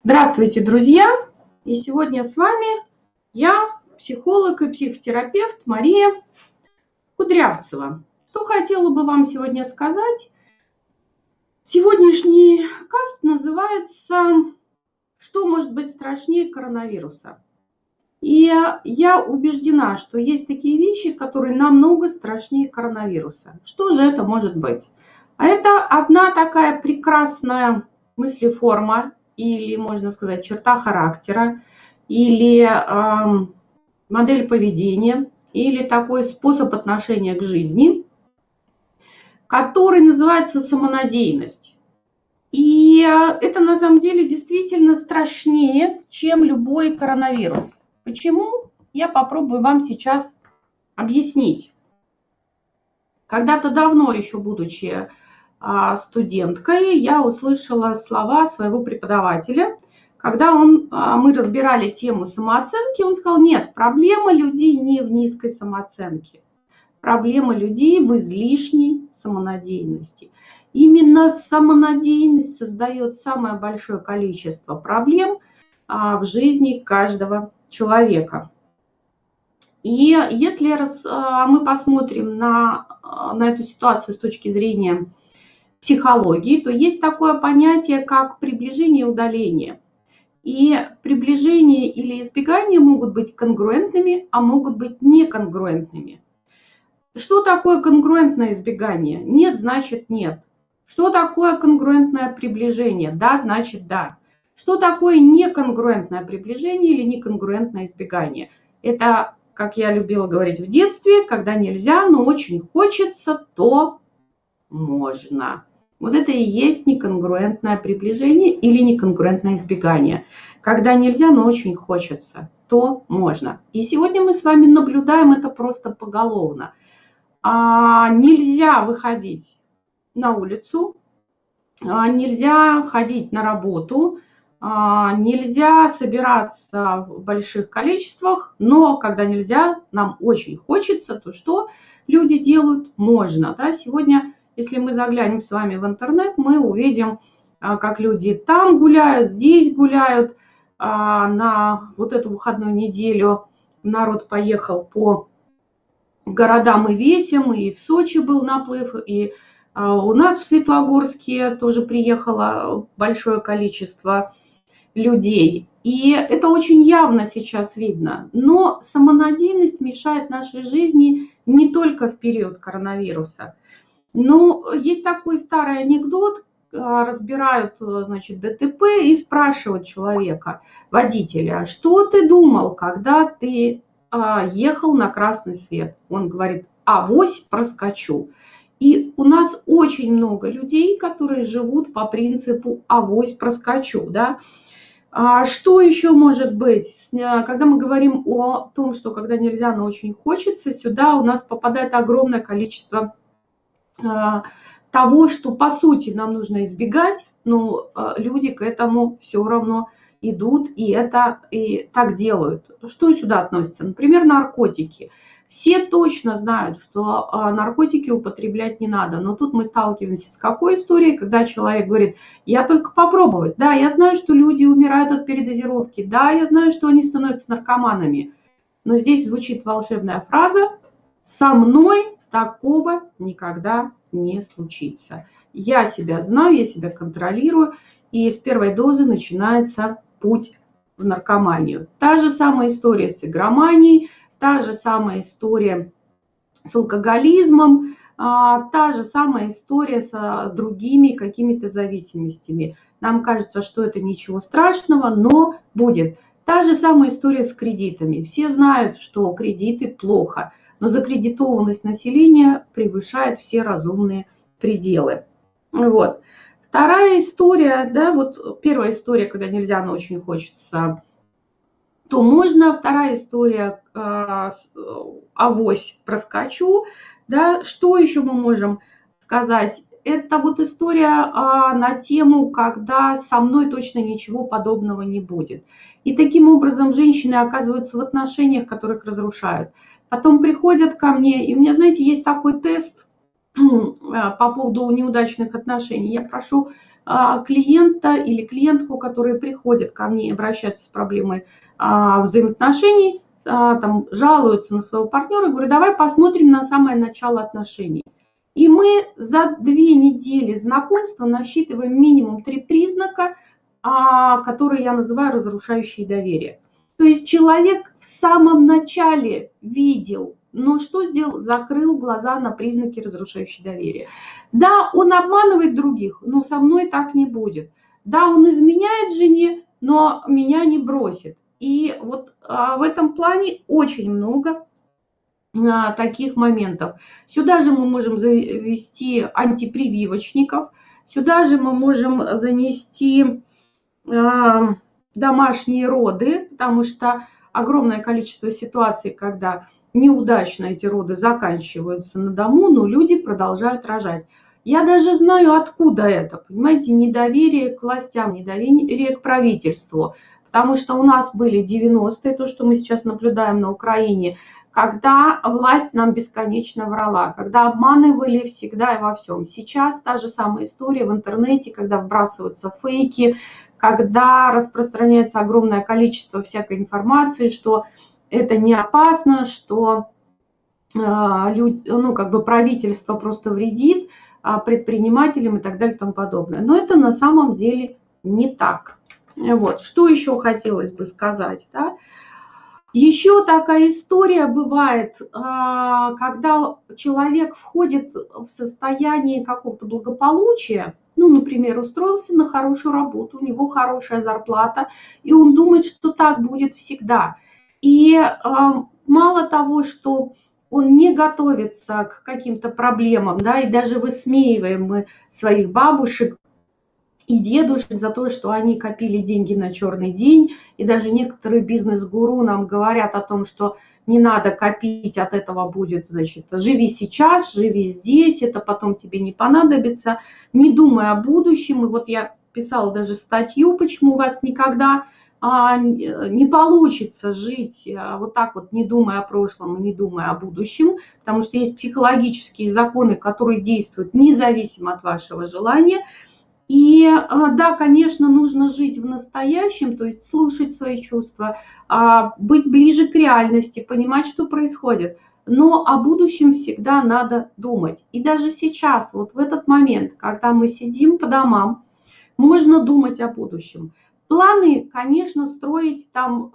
Здравствуйте, друзья! И сегодня с вами я, психолог и психотерапевт Мария Кудрявцева. Что хотела бы вам сегодня сказать? Сегодняшний каст называется «Что может быть страшнее коронавируса?». И я убеждена, что есть такие вещи, которые намного страшнее коронавируса. Что же это может быть? А это одна такая прекрасная мыслеформа, или, можно сказать, черта характера, или модель поведения, или такой способ отношения к жизни, который называется самонадеянность. И это на самом деле действительно страшнее, чем любой коронавирус. Почему? Я попробую вам сейчас объяснить. Когда-то давно, еще будучи студенткой, я услышала слова своего преподавателя. Когда мы разбирали тему самооценки, он сказал: нет, проблема людей не в низкой самооценке. Проблема людей в излишней самонадеянности. Именно самонадеянность создает самое большое количество проблем в жизни каждого человека. И если мы посмотрим на эту ситуацию с точки зрения психологии, то есть такое понятие, как приближение и удаление. И приближение или избегание могут быть конгруентными, а могут быть неконгруентными. Что такое конгруентное избегание? Нет, значит нет. Что такое конгруентное приближение? Да, значит да. Что такое неконгруентное приближение или неконгруентное избегание? Это, как я любила говорить в детстве, когда нельзя, но очень хочется, то можно. Вот это и есть неконгруентное приближение или неконгруентное избегание. Когда нельзя, но очень хочется, то можно. И сегодня мы с вами наблюдаем это просто поголовно. Нельзя выходить на улицу, нельзя ходить на работу, нельзя собираться в больших количествах, но когда нельзя, нам очень хочется, то что люди делают? Можно. Да? Сегодня, если мы заглянем с вами в интернет, мы увидим, как люди там гуляют, здесь гуляют. На вот эту выходную неделю народ поехал по городам и весям, и в Сочи был наплыв, и у нас в Светлогорске тоже приехало большое количество людей. И это очень явно сейчас видно. Но самонадеянность мешает нашей жизни не только в период коронавируса. Но есть такой старый анекдот, разбирают, значит, ДТП и спрашивают человека, водителя: что ты думал, когда ты ехал на красный свет? Он говорит: авось проскочу. И у нас очень много людей, которые живут по принципу авось проскочу. Да? Что еще может быть? Когда мы говорим о том, что когда нельзя, но очень хочется, сюда у нас попадает огромное количество того, что по сути нам нужно избегать, но люди к этому все равно идут и так делают. Что сюда относится? Например, наркотики. Все точно знают, что наркотики употреблять не надо, но тут мы сталкиваемся с какой историей, когда человек говорит: я только попробовать, да, я знаю, что люди умирают от передозировки, да, я знаю, что они становятся наркоманами, но здесь звучит волшебная фраза: со мной такого никогда не случится. Я себя знаю, я себя контролирую, и с первой дозы начинается путь в наркоманию. Та же самая история с игроманией, та же самая история с алкоголизмом, та же самая история с другими какими-то зависимостями. Нам кажется, что это ничего страшного, но будет. Та же самая история с кредитами. Все знают, что кредиты плохо, но закредитованность населения превышает все разумные пределы. Вот. Вторая история, да, вот первая история, когда нельзя, но очень хочется, то можно. Вторая история, авось проскочу. Да. Что еще мы можем сказать? Это вот история на тему, когда со мной точно ничего подобного не будет. И таким образом женщины оказываются в отношениях, которых разрушают. Потом приходят ко мне, и у меня, знаете, есть такой тест по поводу неудачных отношений. Я прошу клиента или клиентку, которые приходят ко мне и обращаются с проблемой взаимоотношений, там, жалуются на своего партнера, говорю, давай посмотрим на самое начало отношений. И мы за 2 недели знакомства насчитываем минимум 3 признака, которые я называю разрушающие доверие. То есть человек в самом начале видел, но что сделал? Закрыл глаза на признаки разрушающего доверия. Да, он обманывает других, но со мной так не будет. Да, он изменяет жене, но меня не бросит. И вот в этом плане очень много таких моментов. Сюда же мы можем завести антипрививочников, сюда же мы можем занести домашние роды, потому что огромное количество ситуаций, когда неудачно эти роды заканчиваются на дому, но люди продолжают рожать. Я даже знаю, откуда это, понимаете, недоверие к властям, недоверие к правительству, потому что у нас были 90-е, то, что мы сейчас наблюдаем на Украине, когда власть нам бесконечно врала, когда обманывали всегда и во всем. Сейчас та же самая история в интернете, когда вбрасываются фейки, когда распространяется огромное количество всякой информации, что это не опасно, что правительство просто вредит предпринимателям и так далее и тому подобное. Но это на самом деле не так. Вот. Что еще хотелось бы сказать, да? Еще такая история бывает, когда человек входит в состояние какого-то благополучия, ну, например, устроился на хорошую работу, у него хорошая зарплата, и он думает, что так будет всегда. И мало того, что он не готовится к каким-то проблемам, да, и даже высмеиваем мы своих бабушек и дедушек за то, что они копили деньги на черный день. И даже некоторые бизнес-гуру нам говорят о том, что не надо копить, от этого будет, значит, живи сейчас, живи здесь, это потом тебе не понадобится, не думай о будущем. И вот я писала даже статью, почему у вас никогда не получится жить вот так вот, не думая о прошлом и не думая о будущем, потому что есть психологические законы, которые действуют независимо от вашего желания. И да, конечно, нужно жить в настоящем, то есть слушать свои чувства, быть ближе к реальности, понимать, что происходит. Но о будущем всегда надо думать. И даже сейчас, вот в этот момент, когда мы сидим по домам, можно думать о будущем. Планы, конечно, строить там,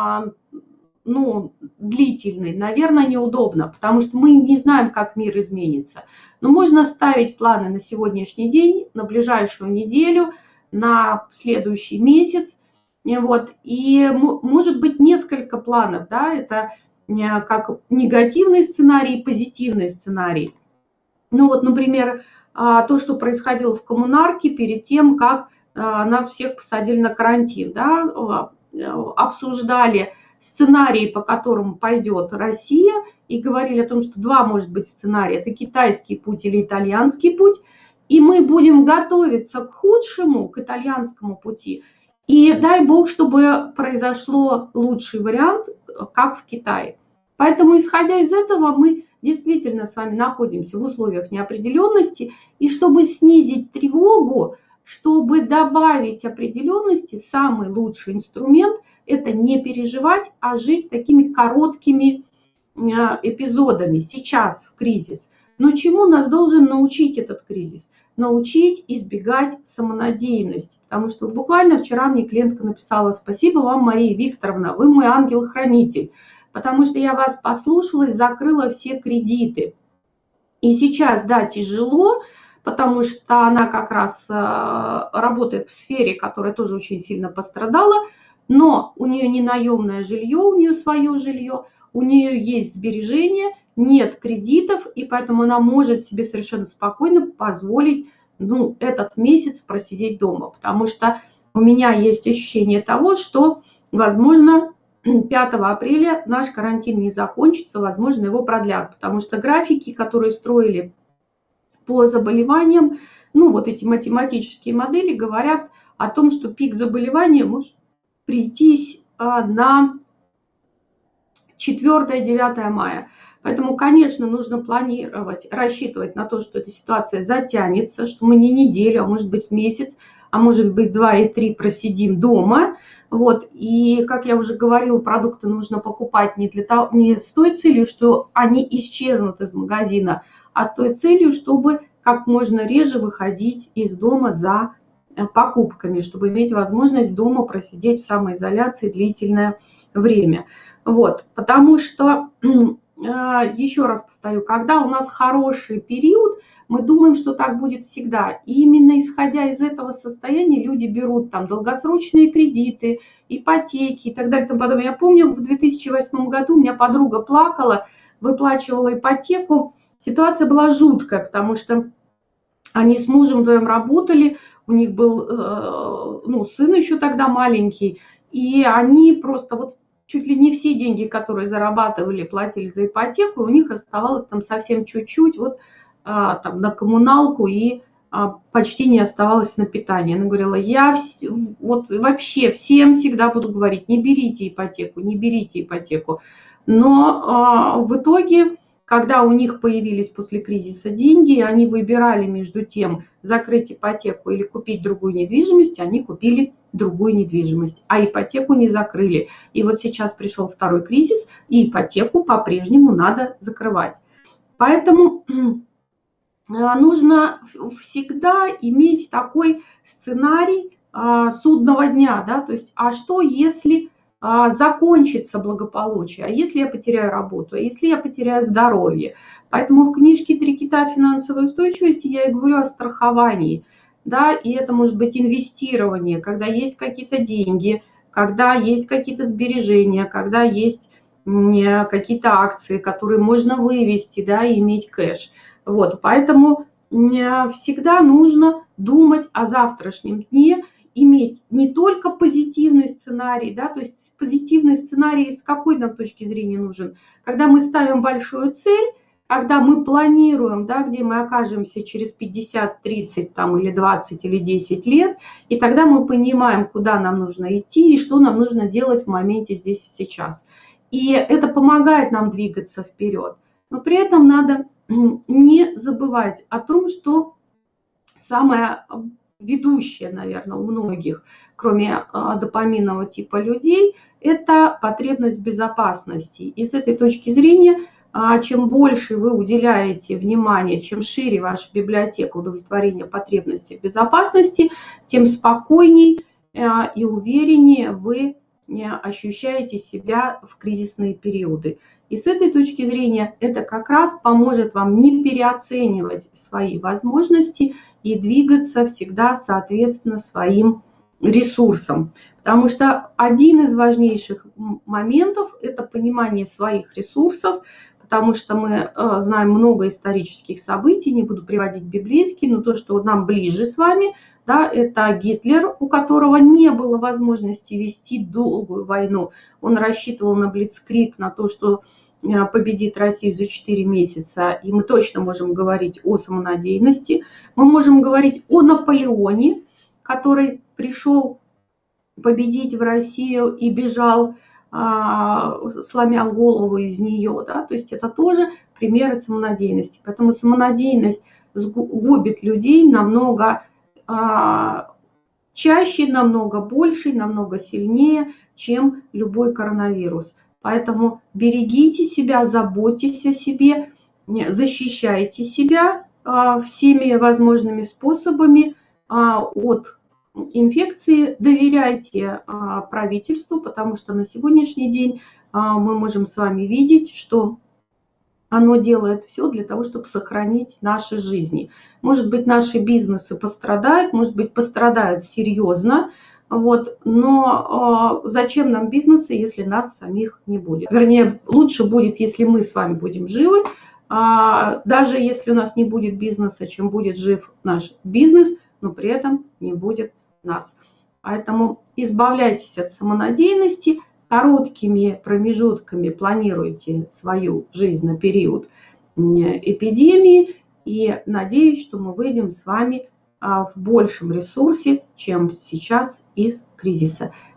длительный, наверное, неудобно, потому что мы не знаем, как мир изменится. Но можно ставить планы на сегодняшний день, на ближайшую неделю, на следующий месяц. Вот. И может быть несколько планов, да, это как негативный сценарий, позитивный сценарий. Ну вот, например, то, что происходило в коммунарке перед тем, как нас всех посадили на карантин, да, обсуждали сценарии, по которым пойдет Россия, и говорили о том, что два может быть сценария, это китайский путь или итальянский путь, и мы будем готовиться к худшему, к итальянскому пути, и дай бог, чтобы произошло лучший вариант, как в Китае. Поэтому, исходя из этого, мы действительно с вами находимся в условиях неопределенности, и чтобы снизить тревогу, чтобы добавить определенности, самый лучший инструмент – это не переживать, а жить такими короткими эпизодами сейчас в кризис. Но чему нас должен научить этот кризис? Научить избегать самонадеянности. Потому что буквально вчера мне клиентка написала: спасибо вам, Мария Викторовна, вы мой ангел-хранитель, потому что я вас послушалась, закрыла все кредиты. И сейчас, да, тяжело, потому что она как раз работает в сфере, которая тоже очень сильно пострадала, но у нее не наемное жилье, у нее свое жилье, у нее есть сбережения, нет кредитов, и поэтому она может себе совершенно спокойно позволить, этот месяц просидеть дома, потому что у меня есть ощущение того, что, возможно, 5 апреля наш карантин не закончится, возможно, его продлят, потому что графики, которые строили по заболеваниям, вот эти математические модели говорят о том, что пик заболевания может прийтись на 4-9 мая. Поэтому, конечно, нужно планировать, рассчитывать на то, что эта ситуация затянется, что мы не неделю, а может быть месяц, а может быть 2 и 3 просидим дома. Вот. И, как я уже говорила, продукты нужно покупать не с той целью, что они исчезнут из магазина, а с той целью, чтобы как можно реже выходить из дома за покупками, чтобы иметь возможность дома просидеть в самоизоляции длительное время. Вот. Потому что, еще раз повторю, когда у нас хороший период, мы думаем, что так будет всегда. И именно исходя из этого состояния люди берут там долгосрочные кредиты, ипотеки и так далее и тому подобное. Я помню, в 2008 году у меня подруга плакала, выплачивала ипотеку. Ситуация была жуткая, потому что они с мужем вдвоем работали, у них был сын еще тогда маленький, и они просто вот чуть ли не все деньги, которые зарабатывали, платили за ипотеку, у них оставалось там совсем чуть-чуть вот там на коммуналку и почти не оставалось на питание. Она говорила, я вот вообще всем всегда буду говорить, не берите ипотеку, не берите ипотеку. Но в итоге, когда у них появились после кризиса деньги, они выбирали между тем, закрыть ипотеку или купить другую недвижимость, они купили другую недвижимость, а ипотеку не закрыли. И вот сейчас пришел второй кризис, и ипотеку по-прежнему надо закрывать. Поэтому нужно всегда иметь такой сценарий судного дня, да, то есть, а что если закончится благополучие, а если я потеряю работу, а если я потеряю здоровье. Поэтому в книжке «Три кита финансовой устойчивости» я и говорю о страховании, да, и это может быть инвестирование, когда есть какие-то деньги, когда есть какие-то сбережения, когда есть какие-то акции, которые можно вывести, да, и иметь кэш. Вот, поэтому всегда нужно думать о завтрашнем дне, иметь не только позитивный сценарий, да, то есть позитивный сценарий с какой нам точки зрения нужен? Когда мы ставим большую цель, когда мы планируем, да, где мы окажемся через 50, 30 там, или 20 или 10 лет, и тогда мы понимаем, куда нам нужно идти и что нам нужно делать в моменте здесь и сейчас. И это помогает нам двигаться вперед. Но при этом надо не забывать о том, что самое ведущее, наверное, у многих, кроме допаминового типа людей, это потребность в безопасности. И с этой точки зрения, чем больше вы уделяете внимания, чем шире ваша библиотека удовлетворения потребностей в безопасности, тем спокойней и увереннее вы ощущаете себя в кризисные периоды. И с этой точки зрения это как раз поможет вам не переоценивать свои возможности и двигаться всегда соответственно своим ресурсам. Потому что один из важнейших моментов – это понимание своих ресурсов, потому что мы знаем много исторических событий, не буду приводить библейские, но то, что нам ближе с вами, да, это Гитлер, у которого не было возможности вести долгую войну. Он рассчитывал на блицкриг, на то, что победит Россию за 4 месяца, и мы точно можем говорить о самонадеянности. Мы можем говорить о Наполеоне, который пришел победить в Россию и бежал, сломя голову из нее. Да? То есть это тоже примеры самонадеянности. Поэтому самонадеянность губит людей намного чаще, намного больше, намного сильнее, чем любой коронавирус. Поэтому берегите себя, заботьтесь о себе, защищайте себя всеми возможными способами от инфекции, доверяйте правительству, потому что на сегодняшний день мы можем с вами видеть, что оно делает все для того, чтобы сохранить наши жизни. Может быть, наши бизнесы пострадают, может быть, пострадают серьезно, вот, но зачем нам бизнесы, если нас самих не будет? Вернее, лучше будет, если мы с вами будем живы, даже если у нас не будет бизнеса, чем будет жив наш бизнес, но при этом не будет нас. Поэтому избавляйтесь от самонадеянности, короткими промежутками планируйте свою жизнь на период эпидемии, и надеюсь, что мы выйдем с вами в большем ресурсе, чем сейчас из кризиса.